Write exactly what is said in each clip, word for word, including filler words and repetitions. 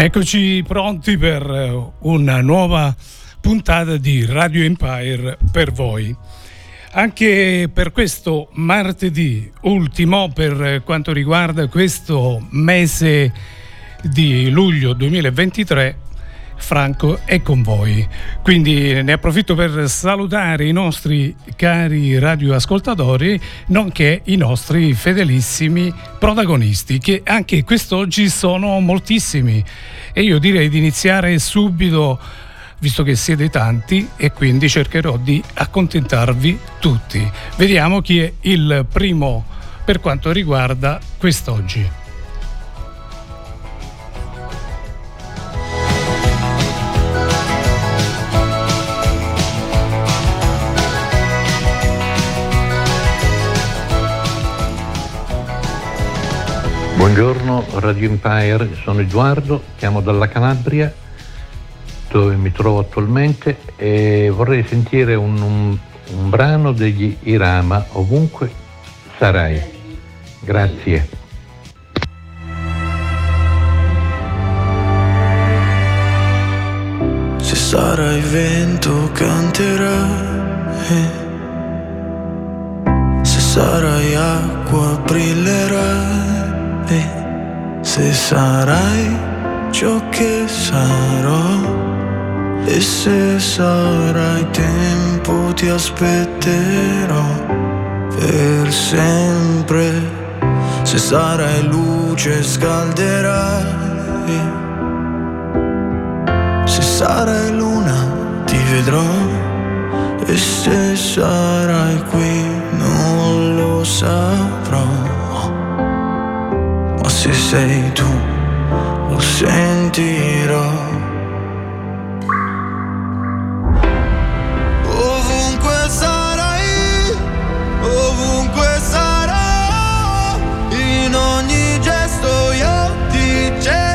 Eccoci pronti per una nuova puntata di Radio Empire per voi. Anche per questo martedì ultimo, per quanto riguarda questo mese di luglio duemilaventitré, Franco è con voi. Quindi ne approfitto per salutare i nostri cari radioascoltatori, nonché i nostri fedelissimi protagonisti, che anche quest'oggi sono moltissimi. E io direi di iniziare subito, visto che siete tanti, e quindi cercherò di accontentarvi tutti. Vediamo chi è il primo per quanto riguarda quest'oggi. Buongiorno Radio Empire, sono Edoardo, chiamo dalla Calabria, dove mi trovo attualmente, e vorrei sentire un, un, un brano degli Irama, Ovunque Sarai. Grazie. Se sarai vento canterai, se sarai acqua brillerai, se sarai ciò che sarò, e se sarai tempo ti aspetterò per sempre. Se sarai luce scalderai, se sarai luna ti vedrò, e se sarai qui non lo saprò. Ma se sei tu lo sentirò. Ovunque sarai, ovunque sarò, in ogni gesto io ti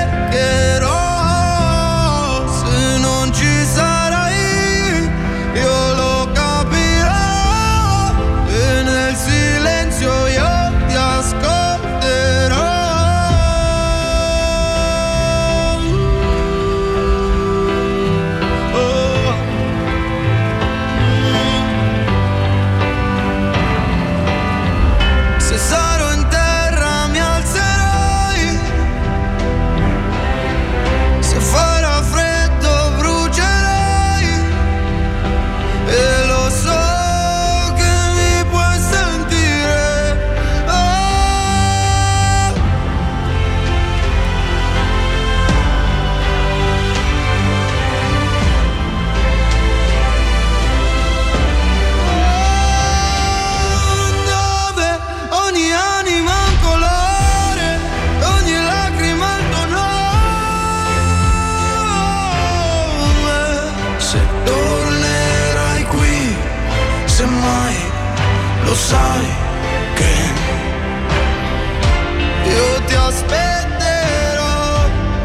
cercherò. Se non ci sarai io lo capirò, e nel silenzio io ti ascolterò. Sai che io ti aspetterò.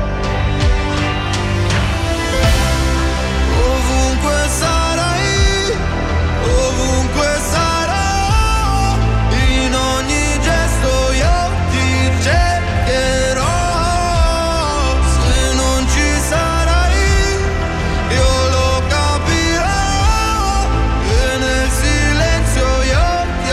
Ovunque sarai, ovunque sarò, in ogni gesto io ti cercherò. Se non ci sarai io lo capirò, e nel silenzio io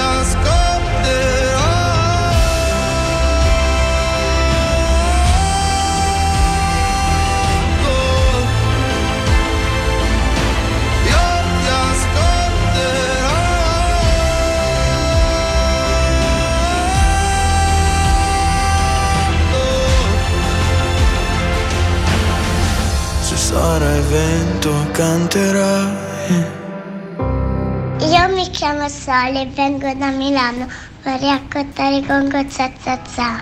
sarai vento canterai. Io mi chiamo Sole e vengo da Milano, vorrei raccontare Congo za za za.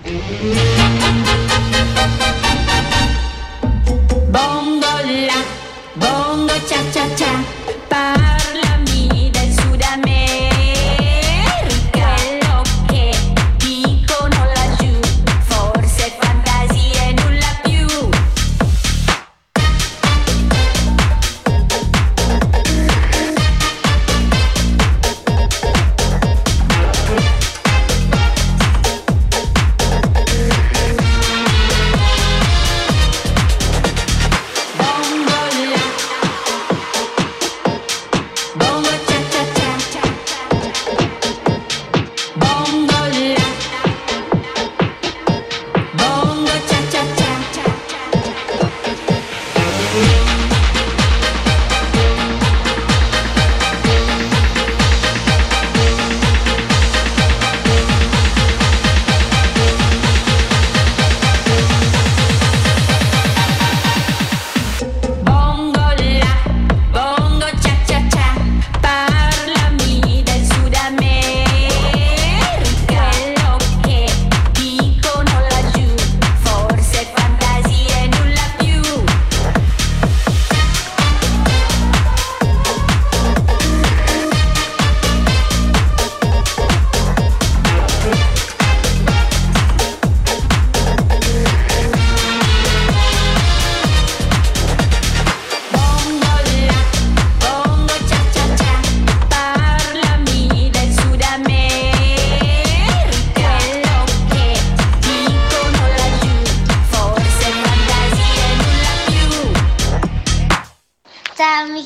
Bongo la, bongo cha cha cha, parlami del Sud America. Quello che dicono laggiù, forse fantasie nulla più.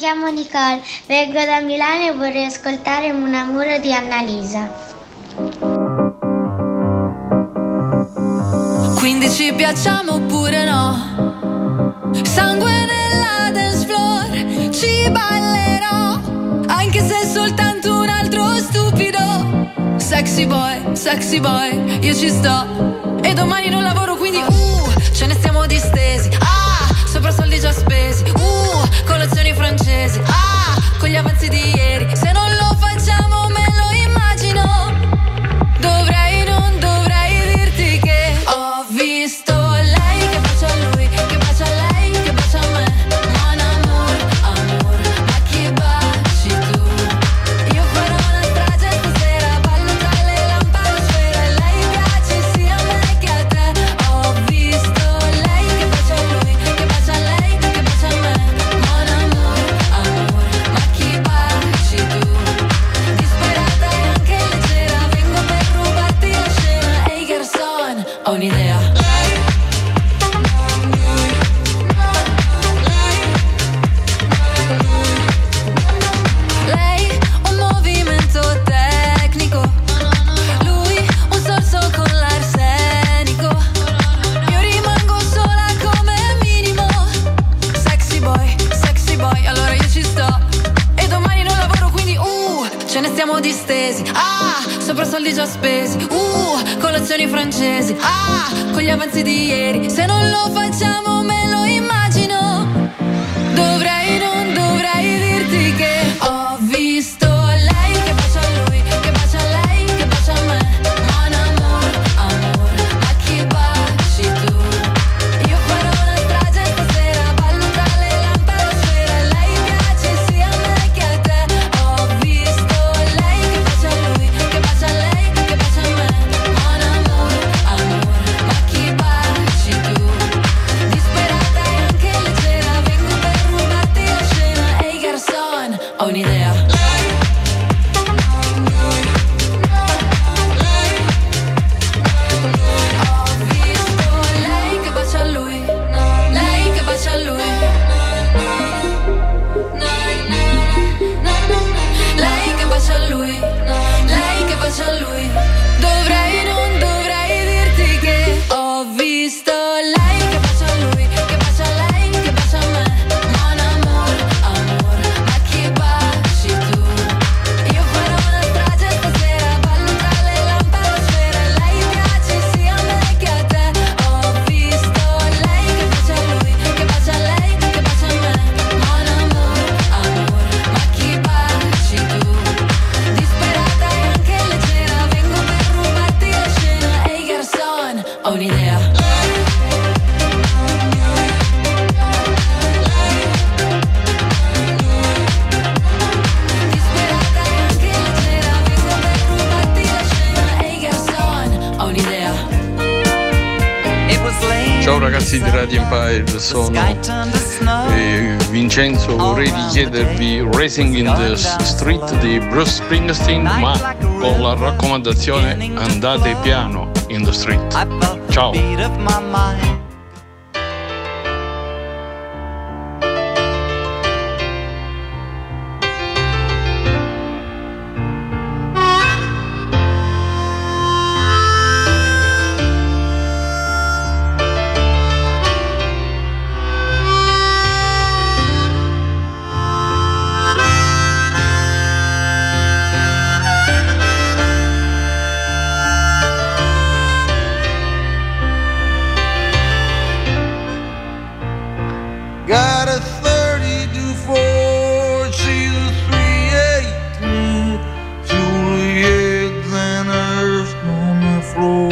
chiamo Nicole, vengo da Milano e vorrei ascoltare Un amore di Annalisa. Quindi ci piacciamo oppure no? Sangue nella dance floor, ci ballerò, anche se è soltanto un altro stupido. Sexy boy, sexy boy, io ci sto. E domani non lavoro, quindi uh, ce ne stiamo distesi. Ah, sopra soldi già spesi. Uh, colazioni francesi. Ah, con gli avanzi di ieri. Se non lo facciamo me lo immagino. Dovrei, non dovrei dirti che ho visto lei che bacia a lui, che bacia a lei, che bacia a me. Mon amour, amor, ma chi baci tu? Io farò una strage stasera, ballo tra le lampadosfere. Lei piace sia a me che a te. Ho visto lei che bacia a lui, che bacia a lei, che bacia a me. Mon amour, amor, ma chi baci tu? Disperata e anche leggera, vengo per rubarti la scena. Ehi garçon, ho un'idea. Lei un movimento tecnico, lui un sorso con l'arsenico. Io rimango sola come minimo. Sexy boy, sexy boy, allora io ci sto. E domani non lavoro, quindi uh, ce ne stiamo distesi. Ah, sopra soldi già spesi. Uh, colazioni francesi. Ah, con gli avanzi di ieri. Se non lo facciamo me lo immagino. Dovrei, non dovrei dirti che ho visto lei che bacia a lui, che bacia a lei, che bacia a me. Mon amour, amor, ma chi baci tu? Io farò una strage stasera, ballo tra le lampadosfere. Lei piace sia a me che a te. Ho visto lei che bacia a lui, che bacia a lei, che bacia a me. Mon amour, amor, ma chi baci tu? Disperata e anche leggera, vengo per rubarti la scena. Ehi garçon, ho un'idea. Ho visto lei che bacia a lui, lei che bacia a lui. Lei che bacia a lui, lei che bacia a lui. Dovrei, non dovrei dirti che ho visto lei che bacia a lui, che bacia a lei, che bacia a me. Mon amour, amor, ma chi baci tu? Io farò una strage stasera, ballo tra le lampadosfere. Lei piace sia a me che a te. Ho visto lei che bacia a lui, che bacia a lei, che bacia a me. Mon amour, amor, ma chi baci tu? Disperata e anche leggera, vengo per rubarti la scena. Ehi garçon, ho un'idea. Disperata e anche leggera, vengo per rubarti la scena. Ehi garçon, ho un'idea. Ciao ragazzi di Radio Empire, sono eh, Vincenzo. Vorrei richiedervi Racing in the Street di Bruce Springsteen, ma con la raccomandazione: andate piano in the street. Ciao. Got a thirty-two Ford, she's a three eighteen, Juliet and Earth on the floor.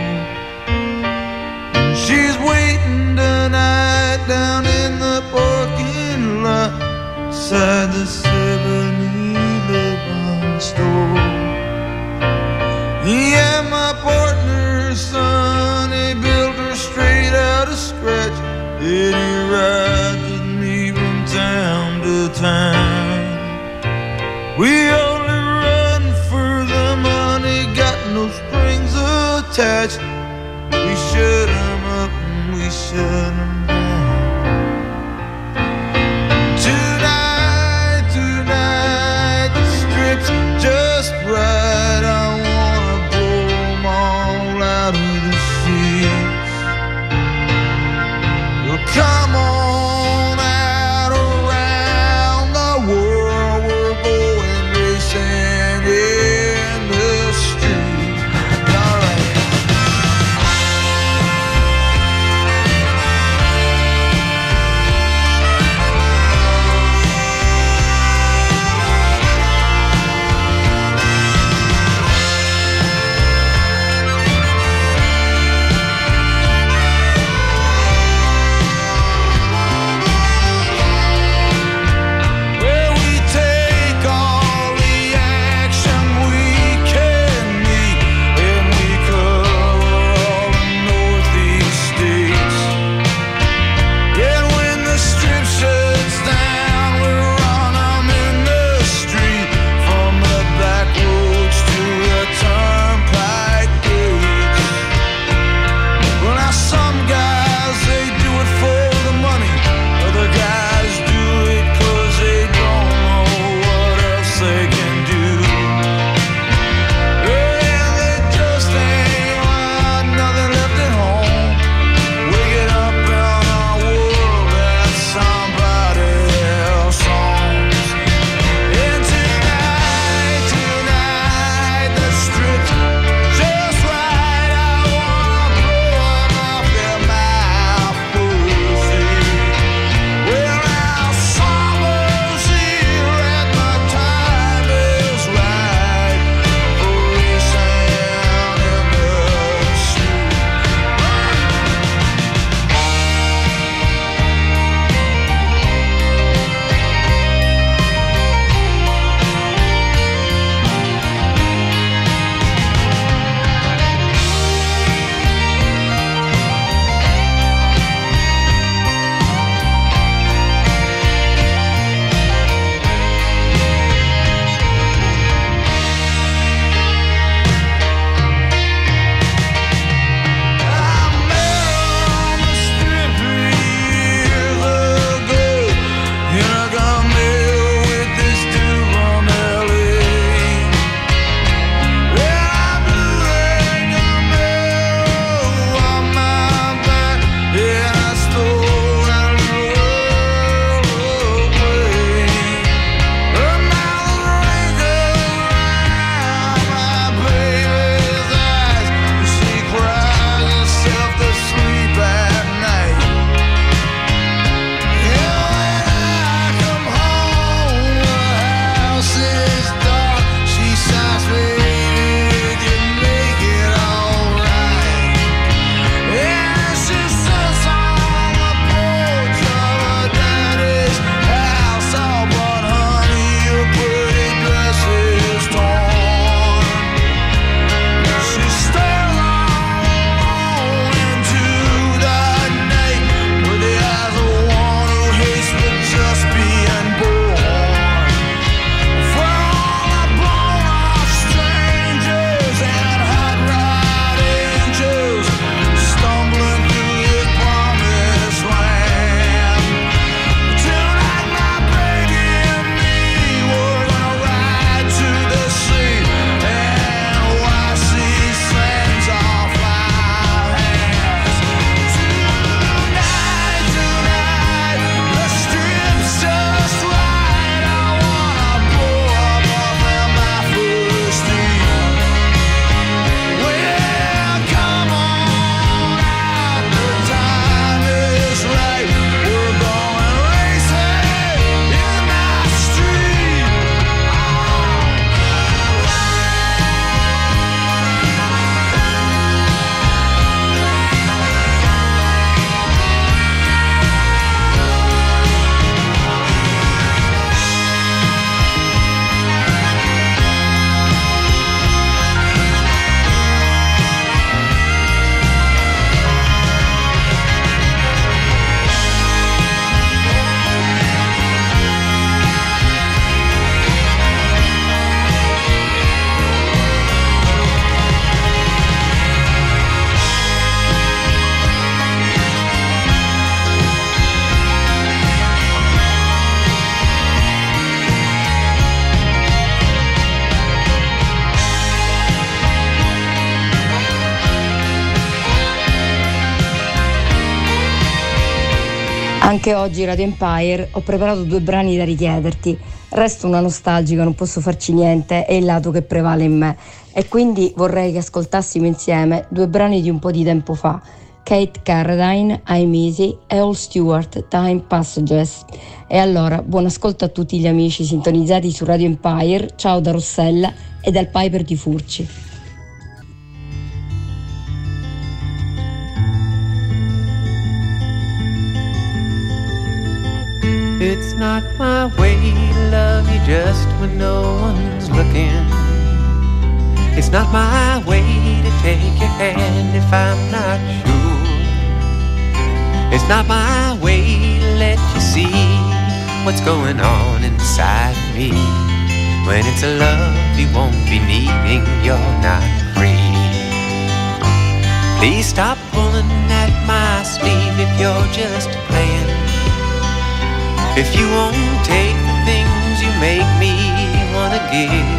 And she's waiting tonight down in the parking lot beside the seven eleven store. Yeah, my partner's son, he built her straight out of scratch. Then he rides with me from town to town. We only run for the money, got no strings attached. We shut him up and we shut him down. Tonight Anche oggi Radio Empire ho preparato due brani da richiederti. Resto una nostalgica, non posso farci niente, è il lato che prevale in me. E quindi vorrei che ascoltassimo insieme due brani di un po' di tempo fa. Kate Carradine, I'm Easy, e Al Stewart, Time Passages. E allora, buon ascolto a tutti gli amici sintonizzati su Radio Empire. Ciao da Rossella e dal Piper di Furci. It's not my way to love you just when no one's looking. It's not my way to take your hand if I'm not sure. It's not my way to let you see what's going on inside me. When it's a love you won't be needing, you're not free. Please stop pulling at my sleeve if you're just playing. If you won't take the things you make me wanna give.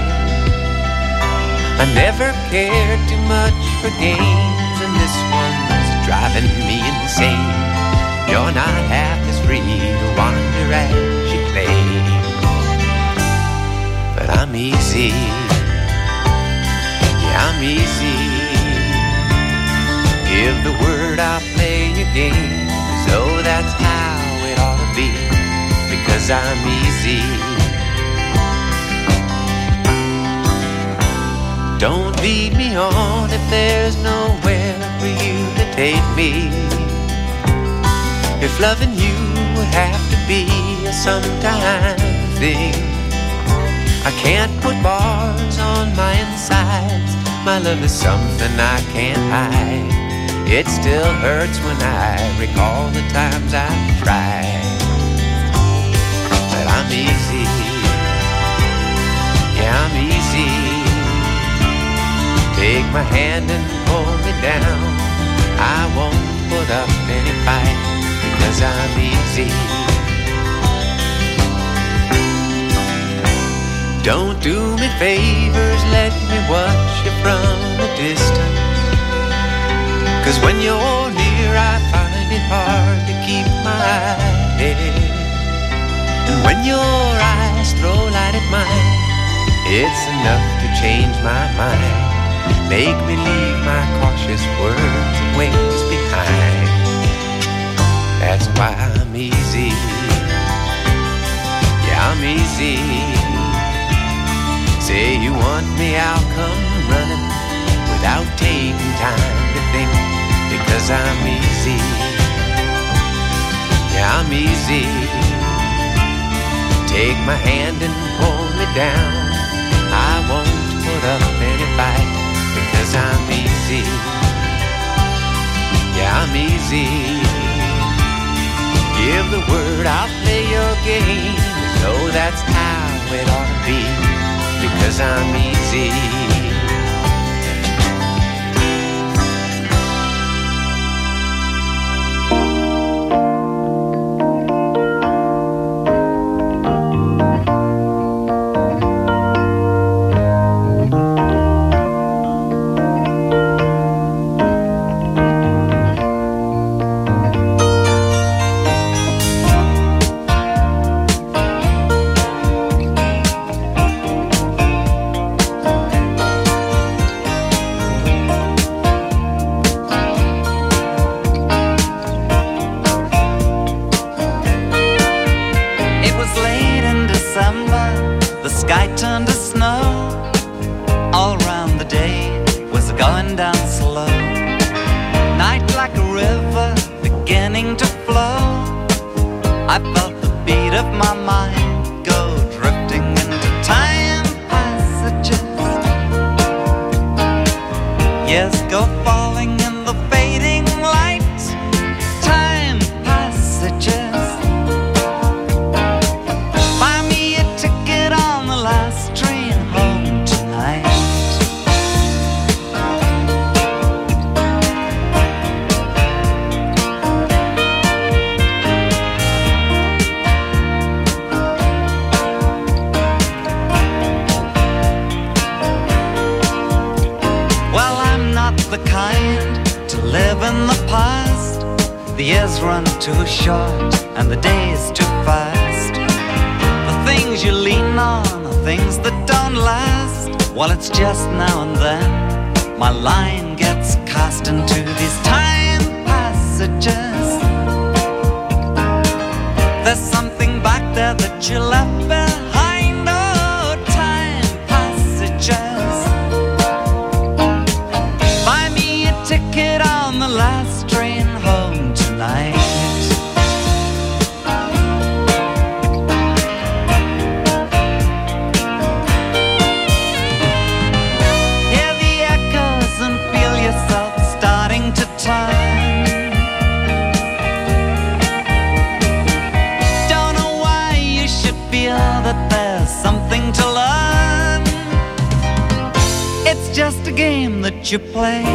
I never cared too much for games, and this one's driving me insane. You're not half as free to wander as you claim. But I'm easy, yeah, I'm easy. Give the word, I'll play your game as though that's how it ought to be. Because I'm easy. Don't lead me on if there's nowhere for you to take me. If loving you would have to be a sometime thing, I can't put bars on my insides. My love is something I can't hide. It still hurts when I recall the times I've tried. But I'm easy, yeah, I'm easy. Take my hand and pull me down. I won't put up any fight because I'm easy. Don't do me favors, let me watch you from a distance. Cause when you're near I find it hard to keep my head. And when your eyes throw light at mine, it's enough to change my mind. Make me leave my cautious words and ways behind. That's why I'm easy. Yeah, I'm easy. Say you want me, I'll come running without taking time to think. Because I'm easy. Yeah, I'm easy. Take my hand and pull me down. I won't put up any fight because I'm easy. Yeah, I'm easy. Give the word, I'll play your game. So that's how it ought to be because I'm easy. the kind the years run too short and the days too fast. The things you lean on are things that don't last. Well, it's just now and then my line gets cast into these time passages. There's something back there that you left behind. Oh, time passages. Buy me a ticket on the last train home tonight. Hear the echoes and feel yourself starting to turn. Don't know why you should feel that there's something to learn. It's just a game that you play.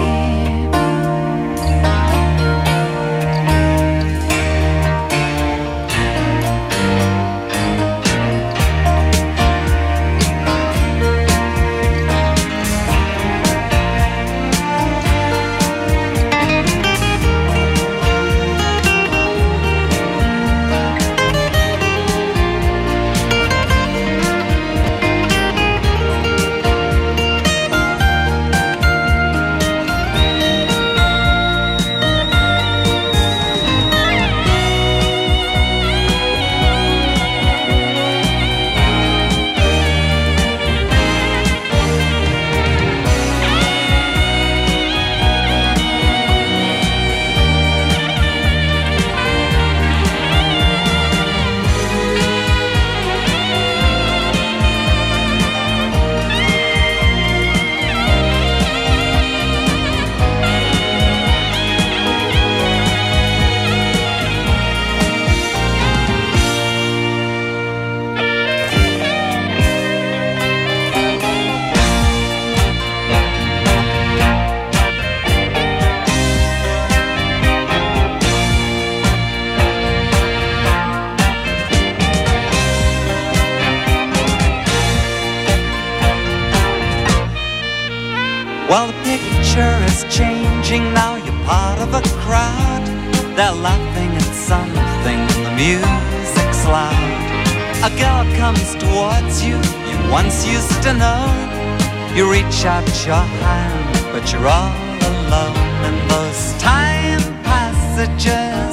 Well, the picture is changing now. You're part of a crowd. They're laughing at something. The music's loud. A girl comes towards you. You once used to know. You reach out your hand, but you're all alone in those time passages.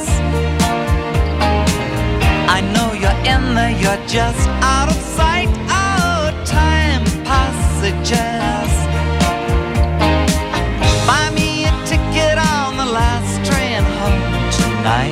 I know you're in there. You're just out of sight. Oh, time passages. Buy me a ticket on the last train home tonight.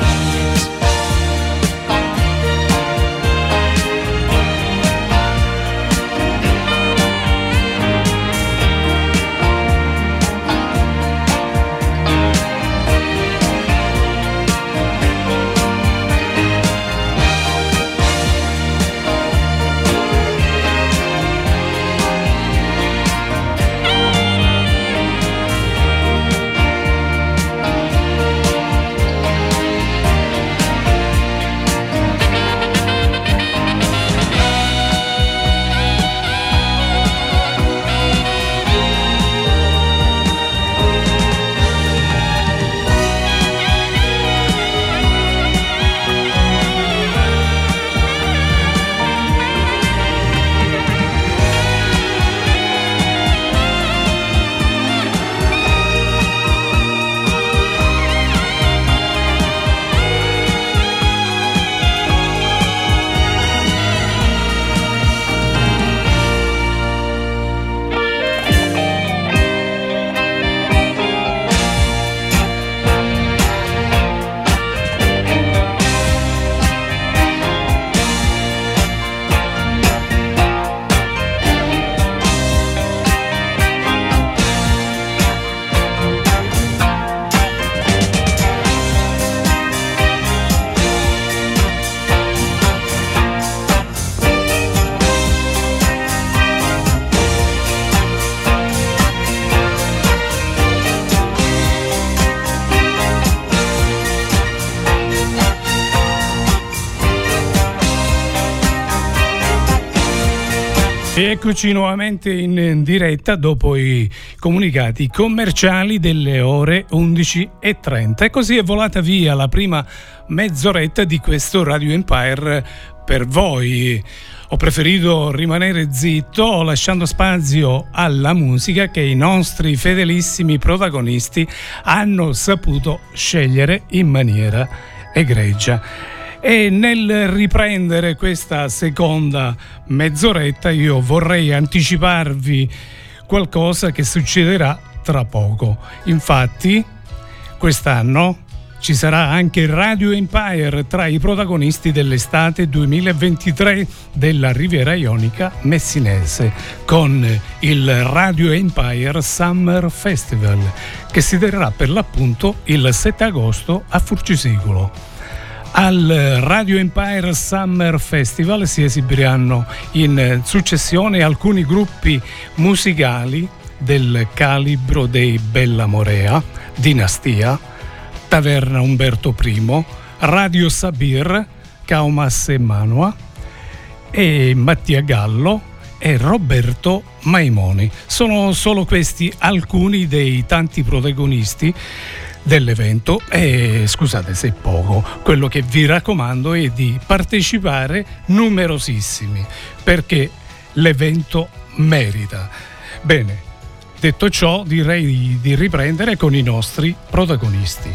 E eccoci nuovamente in diretta dopo i comunicati commerciali delle ore undici e trenta. E così è volata via la prima mezz'oretta di questo Radio Empire per voi. Ho preferito rimanere zitto, lasciando spazio alla musica che i nostri fedelissimi protagonisti hanno saputo scegliere in maniera egregia. E nel riprendere questa seconda mezz'oretta io vorrei anticiparvi qualcosa che succederà tra poco. Infatti, quest'anno ci sarà anche Radio Empire tra i protagonisti dell'estate duemilaventitré della Riviera Ionica messinese, con il Radio Empire Summer Festival, che si terrà per l'appunto il sette agosto a Furcisicolo. Al Radio Empire Summer Festival si esibiranno in successione alcuni gruppi musicali del calibro dei Bella Morea, Dinastia, Taverna Umberto I, Radio Sabir, Kaumas e Manua, e Mattia Gallo e Roberto Maimoni. Sono solo questi alcuni dei tanti protagonisti dell'evento e scusate se è poco, quello che vi raccomando è di partecipare numerosissimi, perché l'evento merita. Bene, detto ciò, direi di riprendere con i nostri protagonisti.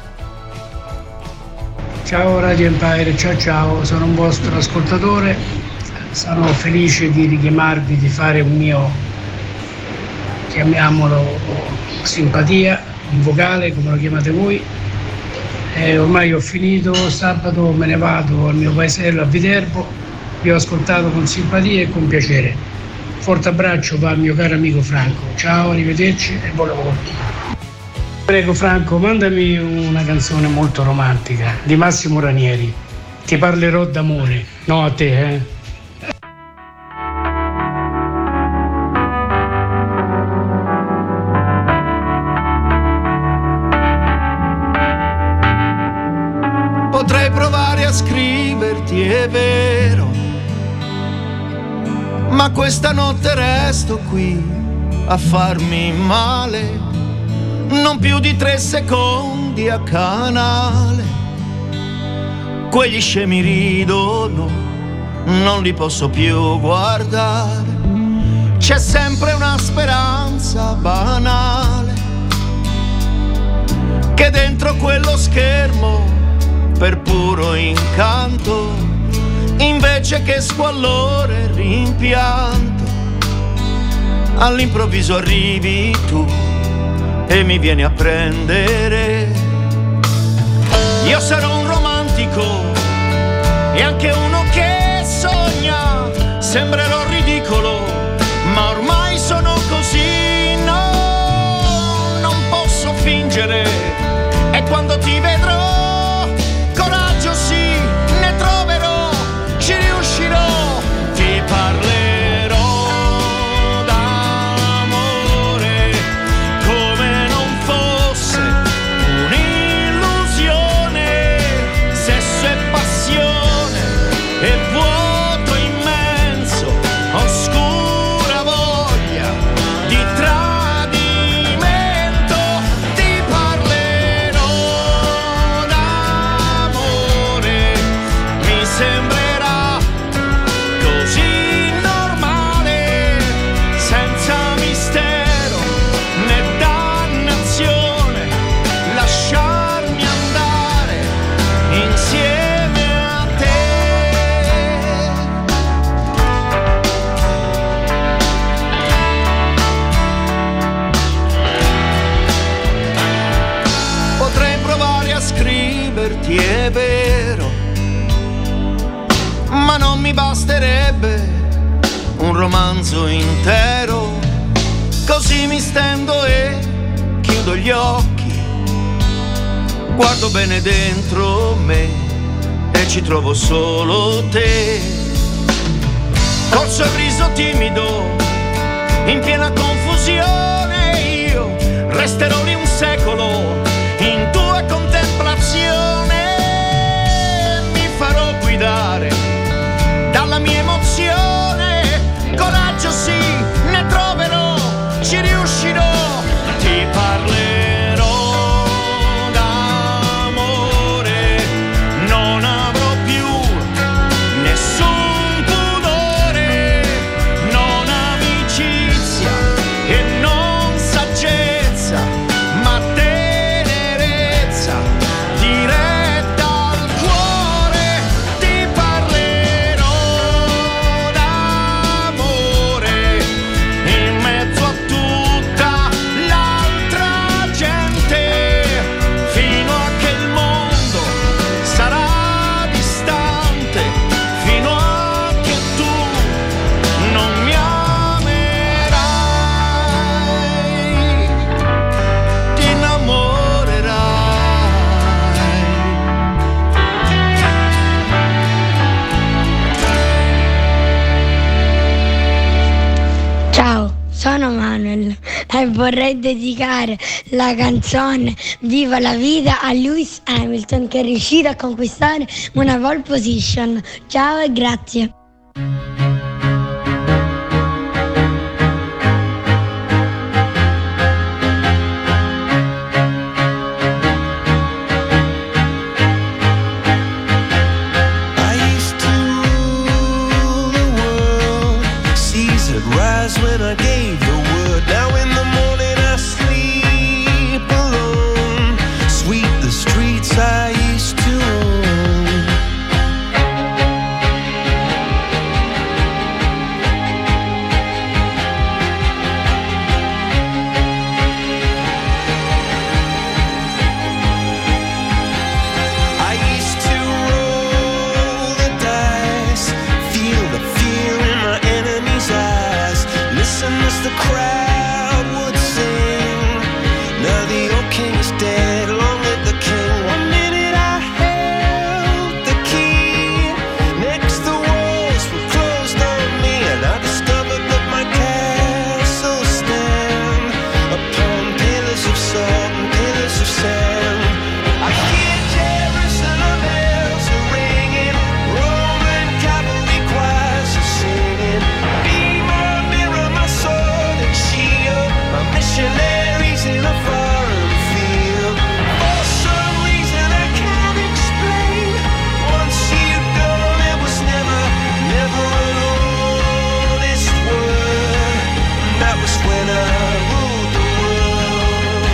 Ciao Radio Empire, ciao ciao, sono un vostro ascoltatore, sono felice di richiamarvi, di fare un mio, chiamiamolo, simpatia, un vocale come lo chiamate voi. E ormai ho finito, sabato me ne vado al mio paesello a Viterbo, vi ho ascoltato con simpatia e con piacere. Forte abbraccio va al mio caro amico Franco, ciao, arrivederci e buon lavoro. Prego Franco, mandami una canzone molto romantica di Massimo Ranieri, Ti parlerò d'amore, no a te eh Potrei provare a scriverti, è vero, ma questa notte resto qui a farmi male, non più di tre secondi a canale. Quegli scemi ridono, non li posso più guardare. C'è sempre una speranza banale, che dentro quello schermo, per puro incanto, invece che squallore e rimpianto, all'improvviso arrivi tu e mi vieni a prendere. Io sarò un romantico e anche uno che sogna, sembrerò ridicolo, ma ormai sono così, no, non posso fingere, e quando ti vedrò è vero, ma non mi basterebbe un romanzo intero. Così mi stendo e chiudo gli occhi, guardo bene dentro me e ci trovo solo te. Col sorriso timido, in piena confusione, io resterò lì un secolo in tua contemplazione. Mi farò guidare dalla mia emozione, coraggio e vorrei dedicare la canzone Viva la vita a Lewis Hamilton, che è riuscito a conquistare una pole position. Ciao e grazie. When I gave the word, now in the morning I sleep alone. Sweep the streets I used to own. I used to roll the dice, feel the fear in my enemy's eyes. Listen as the crowd would sing. Now the old king is dead, long live the king. One minute I held the key, next the walls were closed on me, and I discovered that my castle stand upon pillars of salt and pillars of sand. I hear Jerusalem bells are ringing, Roman cavalry choirs are singing. Be my mirror, my sword and shield, my missionaries in a foreign field. For some reason I can't explain, once you've done it was never, never an honest word. That was when I ruled the world.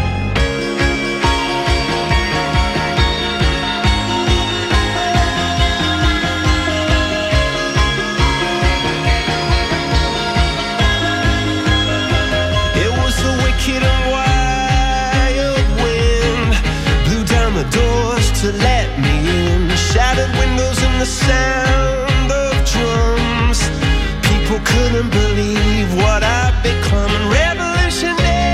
It was the wicked and wild wind, blew down the doors to let me in, shattered windows and the sound of drums. People couldn't believe what I'd become, and revolutionaries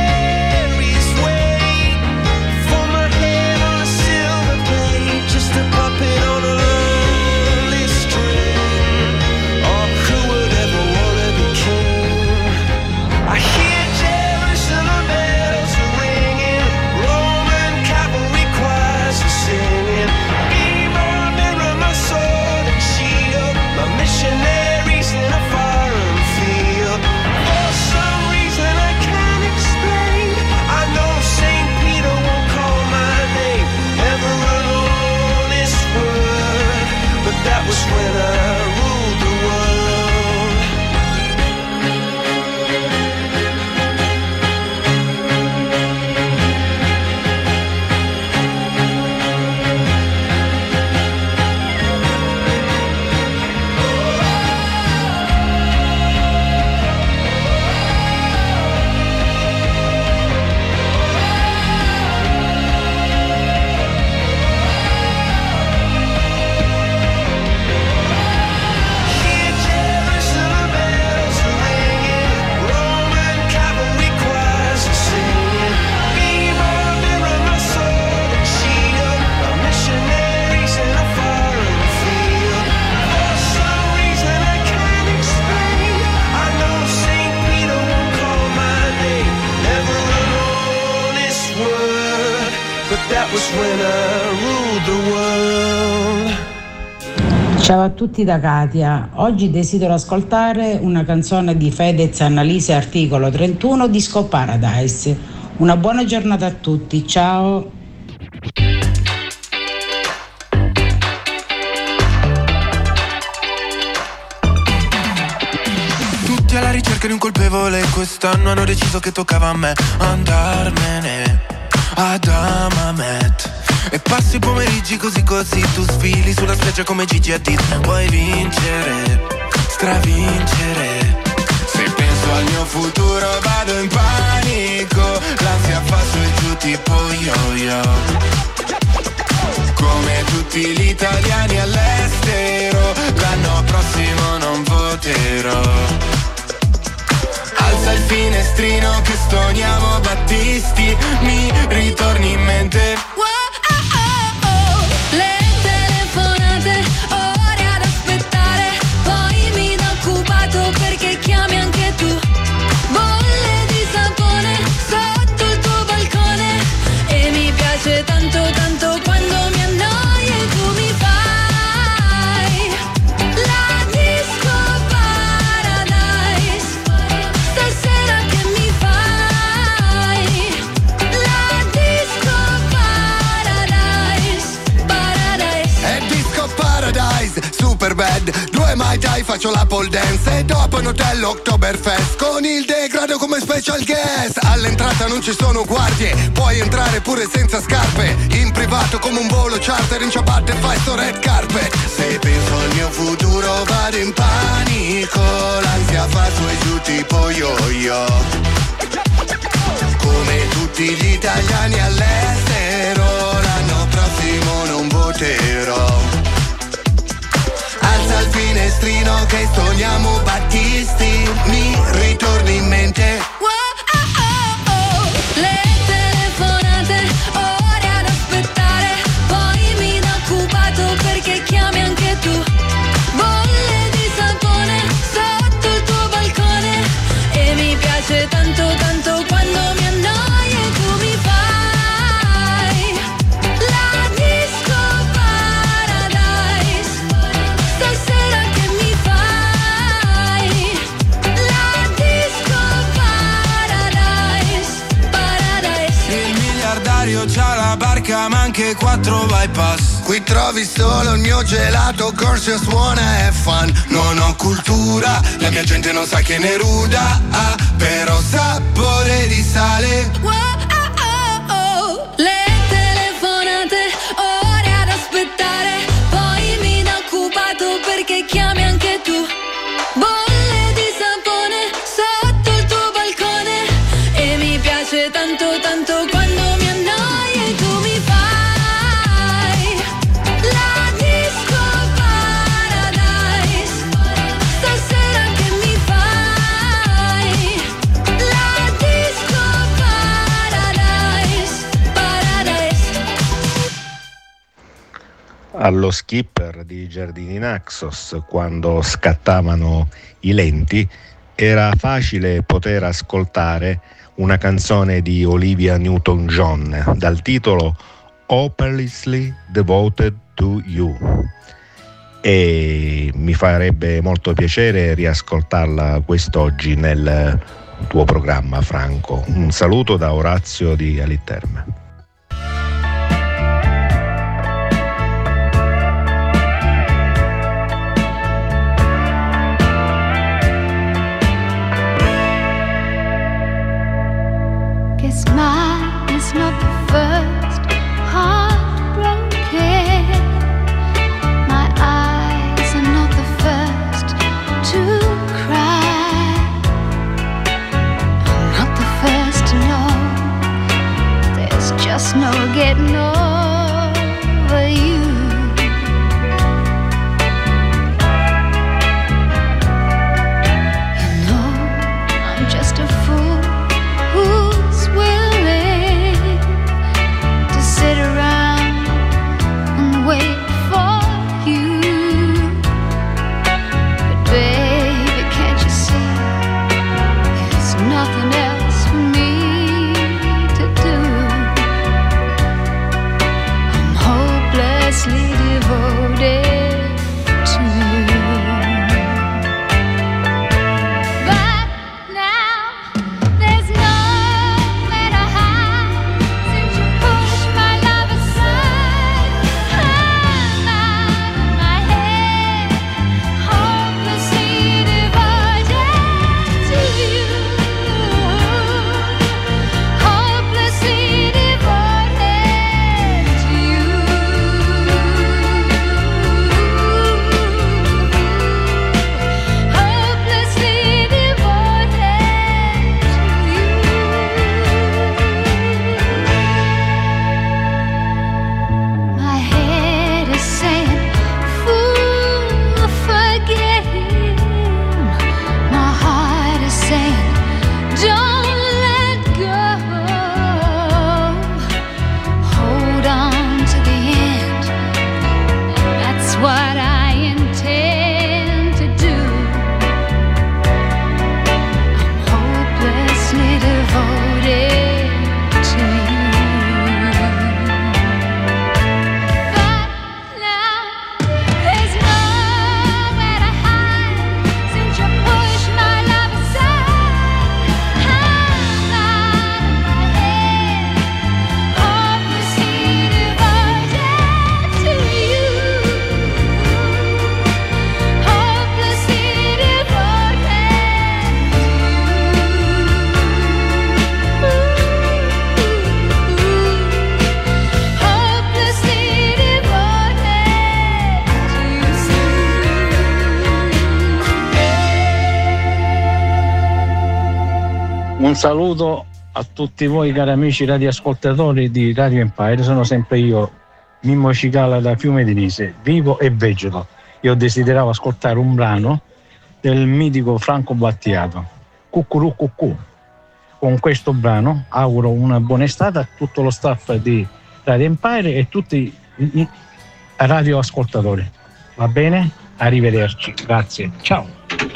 wait for my head on a silver plate, just a puppet on a lonely string. Oh, who would ever wanna be king? I hear Jerusalem bells are ringing, Roman cavalry choirs are singing. Be my mirror, my sword and shield, my missionaries in a foreign field. For some reason I can't explain, I know Saint Peter won't call my name, never an honest word, but that was when I ruled the world. Hear Jerusalem bells are ringing, Roman cavalry choirs are singing. Be my mirror, my sword and shield, my missionaries in a foreign field. For some reason I can't explain, I know Saint Peter won't call my name, never an honest word, but that was when I ruled the world. Ciao a tutti da Katia, oggi desidero ascoltare una canzone di Fedez, Annalise, Articolo trentuno, Disco Paradise. Una buona giornata a tutti, ciao! Tutti alla ricerca di un colpevole, quest'anno hanno deciso che toccava a me andarmene ad Amamet. E passi i pomeriggi così così, tu sfili sulla spiaggia come Gigi Hadid. Vuoi vincere, stravincere. Se penso al mio futuro vado in panico, l'ansia fa su e giù tipo yo-yo. Come tutti gli italiani all'estero, l'anno prossimo non voterò. Alza il finestrino che stoniamo Battisti, mi ritorni in mente. Le telefonate, ore ad aspettare, poi mi da occupato perché chiami anche tu. Bolle di sapone Superbad. Due Mai Tai, faccio la pole dance e dopo in hotel Oktoberfest con il degrado come special guest. All'entrata non ci sono guardie, puoi entrare pure senza scarpe, in privato come un volo charter, in ciabatte fai sto red carpet. Se penso al mio futuro vado in panico, l'ansia fa su e giù tipo yo-yo. Come tutti gli italiani all'estero, l'anno prossimo non voterò. Alza il finestrino che stoniamo Battisti, mi ritorni in mente. Wow, oh, oh, oh. Le telefonate, ore ad aspettare, poi mi dà occupato perché chiami anche tu. Bolle di sapone sotto il tuo balcone e mi piace tanto tanto quando mi annoio e tu mi fai la disco paradise. Stasera che mi fai la disco paradise, paradise. Il miliardario c'ha la barca ma anche quattro bypass. Qui trovi solo il mio gelato, girls just wanna have fun. Non ho cultura, la mia gente non sa che ne ruda, ah, però sapore di sale. Wow, oh, oh, oh. Le telefonate, ore ad aspettare, poi mi dà occupato perché chiami anche tu. Bolle di sapone sotto il tuo balcone e mi piace tanto tanto quando mi annoio e tu mi fai la disco paradise. Stasera che mi fai la disco paradise, paradise. Allo skipper di Giardini Naxos, quando scattavano i lenti, era facile poter ascoltare una canzone di Olivia Newton-John dal titolo Hopelessly Devoted to You, e mi farebbe molto piacere riascoltarla quest'oggi nel tuo programma, Franco. Un saluto da Orazio di Aliterme. Guess mine is not the first heartbroken. My eyes are not the first to cry. I'm not the first to know there's Un saluto a tutti voi cari amici radioascoltatori di Radio Empire, sono sempre io, Mimmo Cicala da Fiume di Nise, vivo e vegeto. Io desideravo ascoltare un brano del mitico Franco Battiato, Cucurù Cucù. Con questo brano auguro una buona estate a tutto lo staff di Radio Empire e tutti i radioascoltatori. Va bene? Arrivederci, grazie, ciao.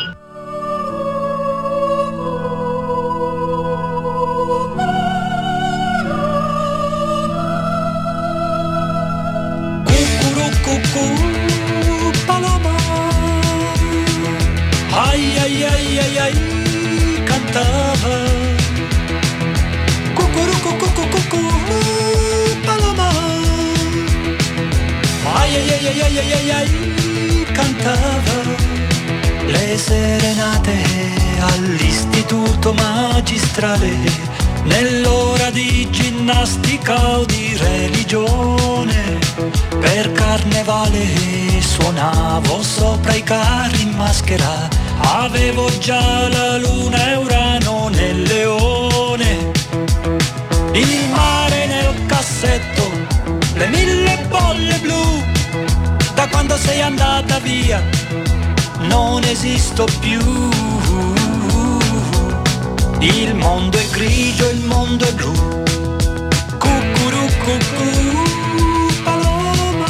Ai ai ai ai ai cantava cucurucu cucurucu paloma. Ai ai ai ai ai ai ai cantava le serenate all'istituto magistrale, nell'ora di ginnastica o di religione. Per carnevale suonavo sopra i carri in maschera, avevo già la luna e Urano nel leone. Il mare nel cassetto, le mille bolle blu. Da quando sei andata via non esisto più. Il mondo è grigio, il mondo è blu. Cucurucucù paloma.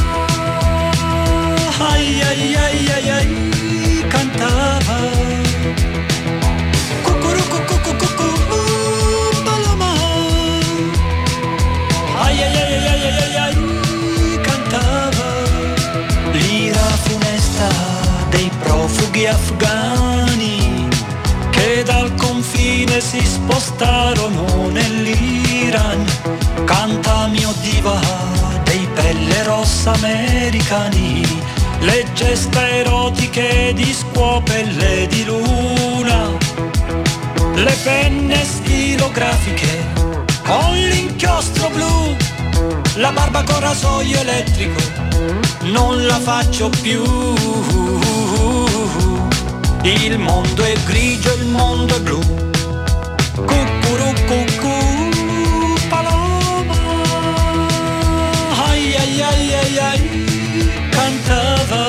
Ai ai ai ai ai cantava cucurucucucucucu paloma. Ai ai ai ai ai ai ai cantava l'ira funesta dei profughi afghani che dal confine si spostarono nell'Iran. Canta mio diva dei pelle rossa americani, le gesta erotiche di scuopelle di luna, le penne stilografiche con l'inchiostro blu, la barba con rasoio elettrico non la faccio più. Il mondo è grigio, il mondo è blu. Cucurucucù paloma. Ai ai ai ai ai cantava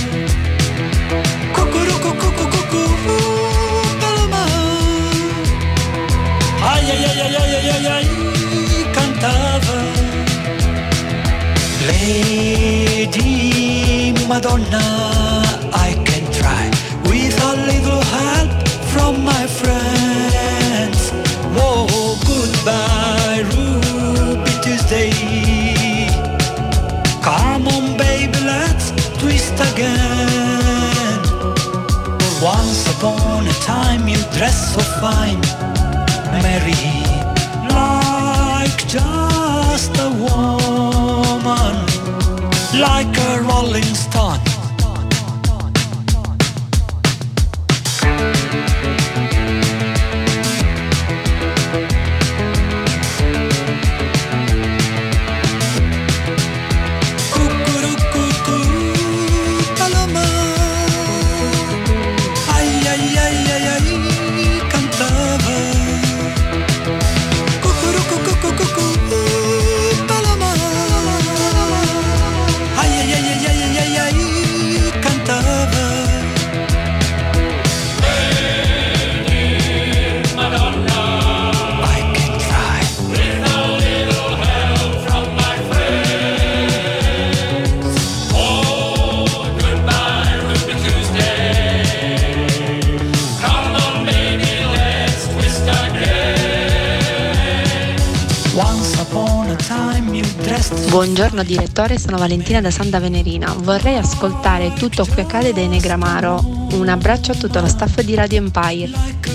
cucurucucucucucu paloma. Ai ai ai ai ai ai ai cantava Lady Madonna. I can try with a little help from my friends. Whoa, goodbye Ruby Tuesday. Come on baby, let's twist again. Once upon a time you dressed so fine, Mary, like just a woman, like a rolling stone. Buongiorno direttore, sono Valentina da Santa Venerina. Vorrei ascoltare Tutto qui accade dei Negramaro. Un abbraccio a tutto lo staff di Radio Empire.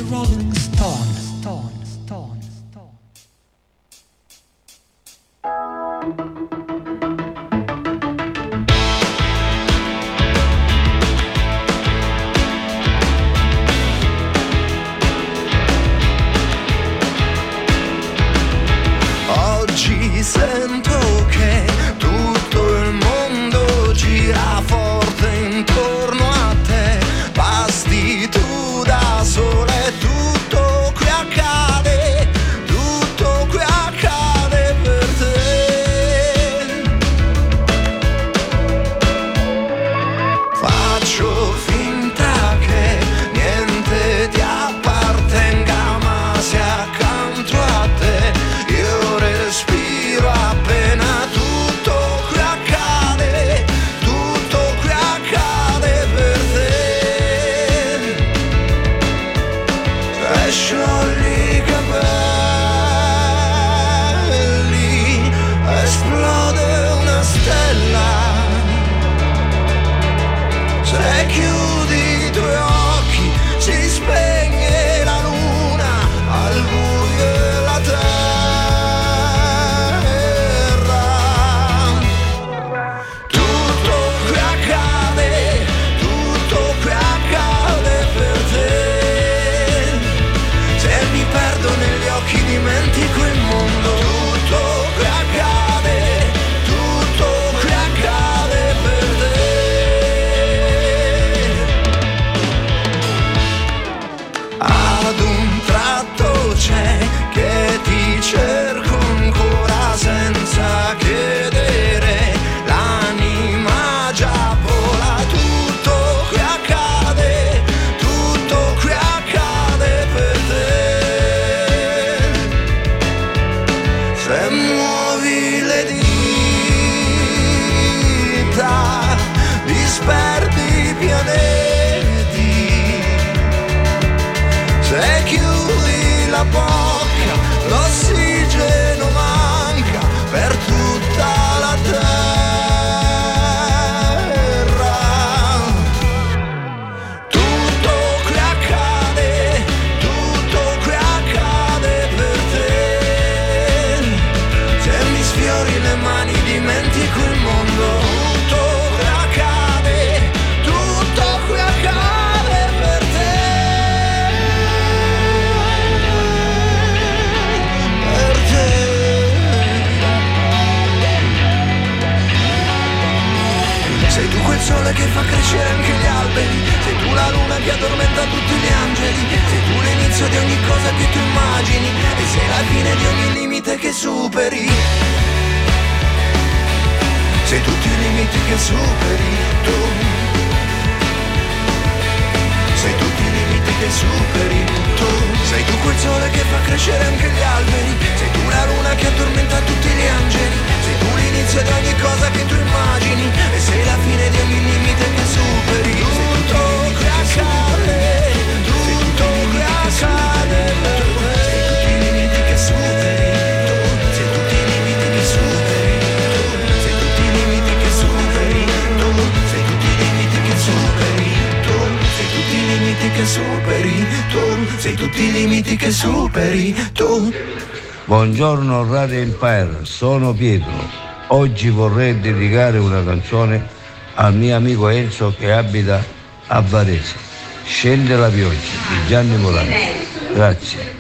Oggi sento che tutto il mondo gira forte intorno a te, basti tu da sola e tutto qui accade. Sei tu quel sole che fa crescere anche gli alberi, sei tu la luna che addormenta tutti gli angeli, sei tu l'inizio di ogni cosa che tu immagini e sei la fine di ogni limite che superi. Sei tutti i limiti che superi tu. Sei tutti i limiti che superi tu. Sei tu quel sole che fa crescere anche gli alberi, sei tu la luna che addormenta tutti gli angeli, sei tu l'inizio di ogni cosa che tu immagini e sei la fine di ogni limite che superi. Tutto che accade, tutto che accade, sei tutti i limiti che superi tu. Sei tutti i limiti che superi tu. Sei tutti i limiti che superi tu. Sei tutti i limiti che superi tu. Sei tutti i limiti che superi tu. Sei tutti i limiti che superi tu. Buongiorno Radio Empire, sono Pietro. Oggi vorrei dedicare una canzone al mio amico Enzo che abita a Varese. Scende la pioggia di Gianni Morandi. Grazie.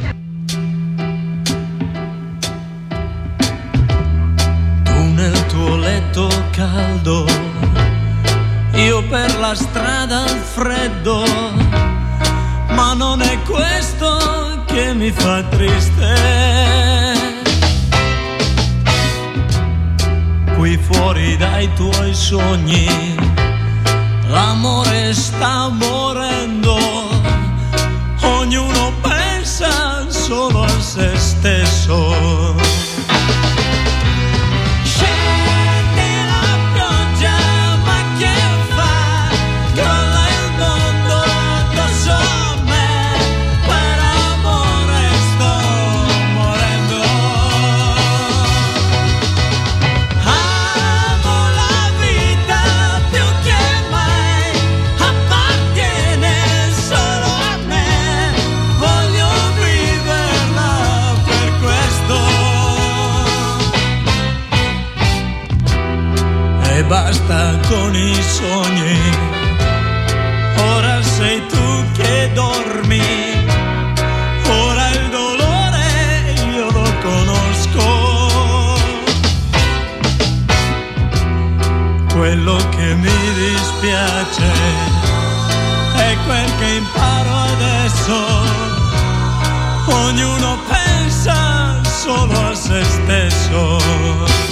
Tu nel tuo letto caldo, io per la strada al freddo, ma non è questo che mi fa triste. Qui fuori dai tuoi sogni l'amore sta morendo, ognuno pensa solo a se stesso. Basta con i sogni, ora sei tu che dormi, ora il dolore io lo conosco. Quello che mi dispiace è quel che imparo adesso, ognuno pensa solo a se stesso.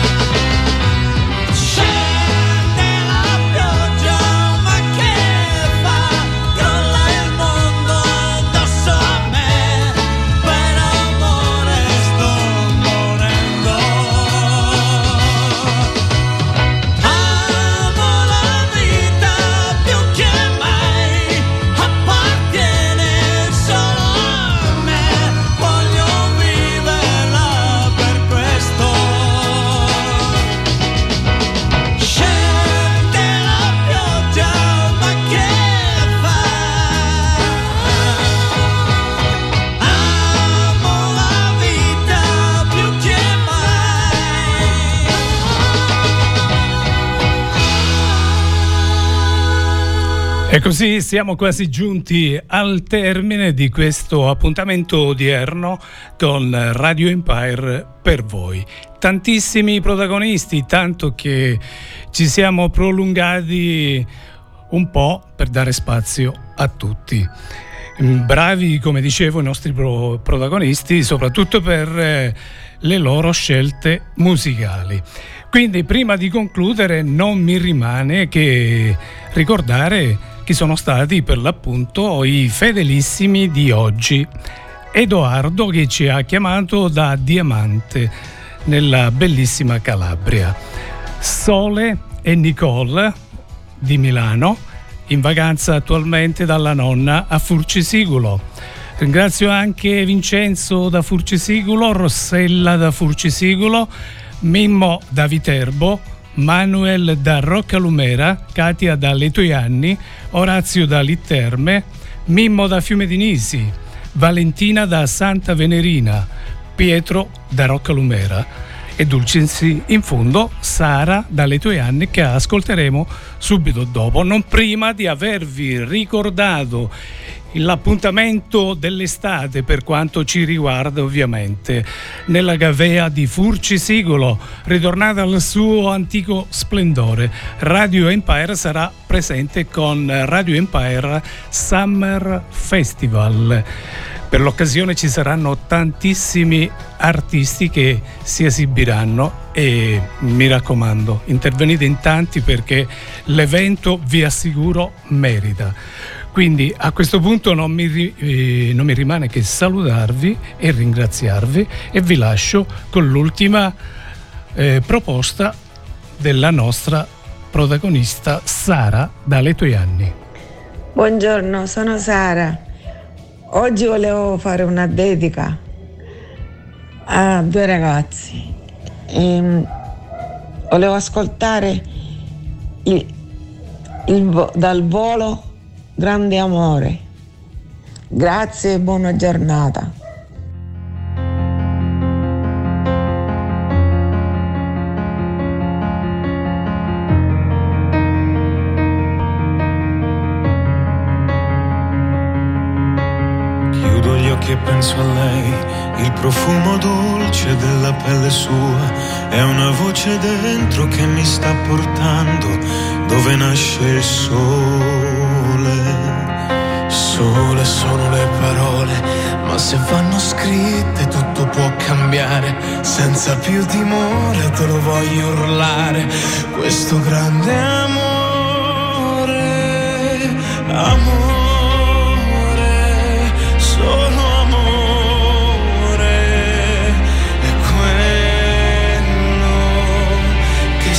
E così siamo quasi giunti al termine di questo appuntamento odierno con Radio Empire per voi. Tantissimi protagonisti, tanto che ci siamo prolungati un po' per dare spazio a tutti. Bravi, come dicevo, i nostri pro- protagonisti, soprattutto per eh, le loro scelte musicali. Quindi, prima di concludere, non mi rimane che ricordare chi sono stati per l'appunto i fedelissimi di oggi. Edoardo, che ci ha chiamato da Diamante nella bellissima Calabria, Sole e Nicole di Milano, in vacanza attualmente dalla nonna a Furcisigulo. Ringrazio anche Vincenzo da Furcisigulo, Rossella da Furcisigulo, Mimmo da Viterbo, Manuel da Roccalumera, Katia da Letoianni, Orazio da Litterme, Mimmo da Fiume di Nisi, Valentina da Santa Venerina, Pietro da Roccalumera e dulcinsi in fondo Sara da Letoianni, che ascolteremo subito dopo, non prima di avervi ricordato L'appuntamento dell'estate per quanto ci riguarda ovviamente nella Gavea di Furcisicolo, ritornata al suo antico splendore. Radio Empire sarà presente con Radio Empire Summer Festival. Per l'occasione ci saranno tantissimi artisti che si esibiranno e mi raccomando, intervenite in tanti perché l'evento, vi assicuro, merita. Quindi a questo punto non mi, eh, non mi rimane che salutarvi e ringraziarvi e vi lascio con l'ultima eh, proposta della nostra protagonista Sara da Letojanni. Buongiorno, sono Sara. Oggi volevo fare una dedica a due ragazzi. E volevo ascoltare il, il, dal volo Grande amore. Grazie e buona giornata. Chiudo gli occhi e penso a lei, il profumo dolce della pelle sua, è una voce dentro che mi sta portando dove nasce il sole. Sole sono le parole, ma se vanno scritte tutto può cambiare. Senza più timore te lo voglio urlare, questo grande amore, amore, solo amore, è quello che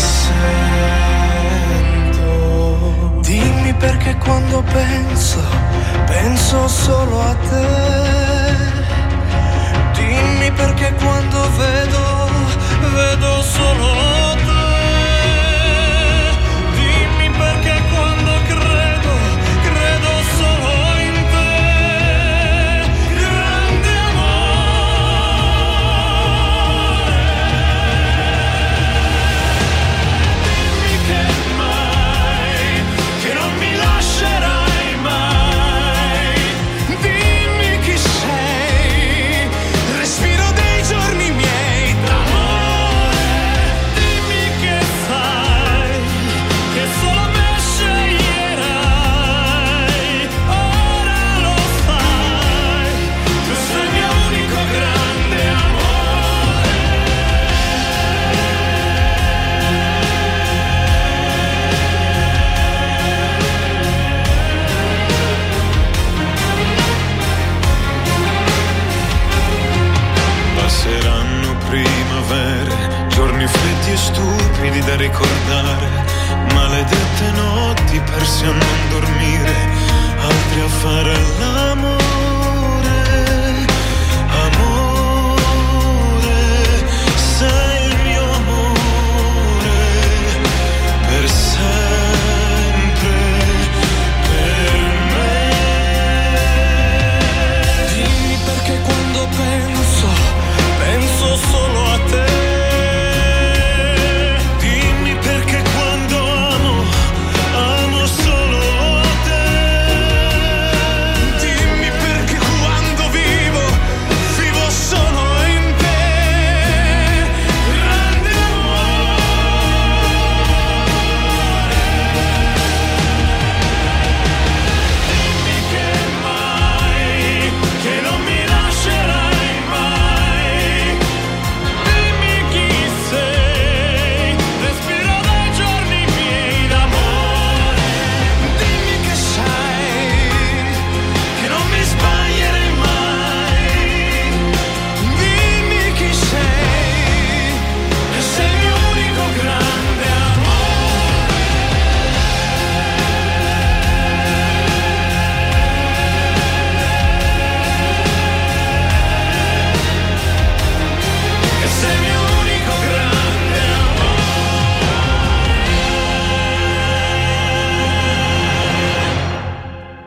sento. Dimmi perché quando penso penso solo a te, dimmi perché quando vedo, vedo solo te, dimmi perché quando credo, credo solo in te, grande amore, dimmi che mai, che non mi lascerai. Giorni freddi e stupidi da ricordare, maledette notti persi a non dormire, altri a fare la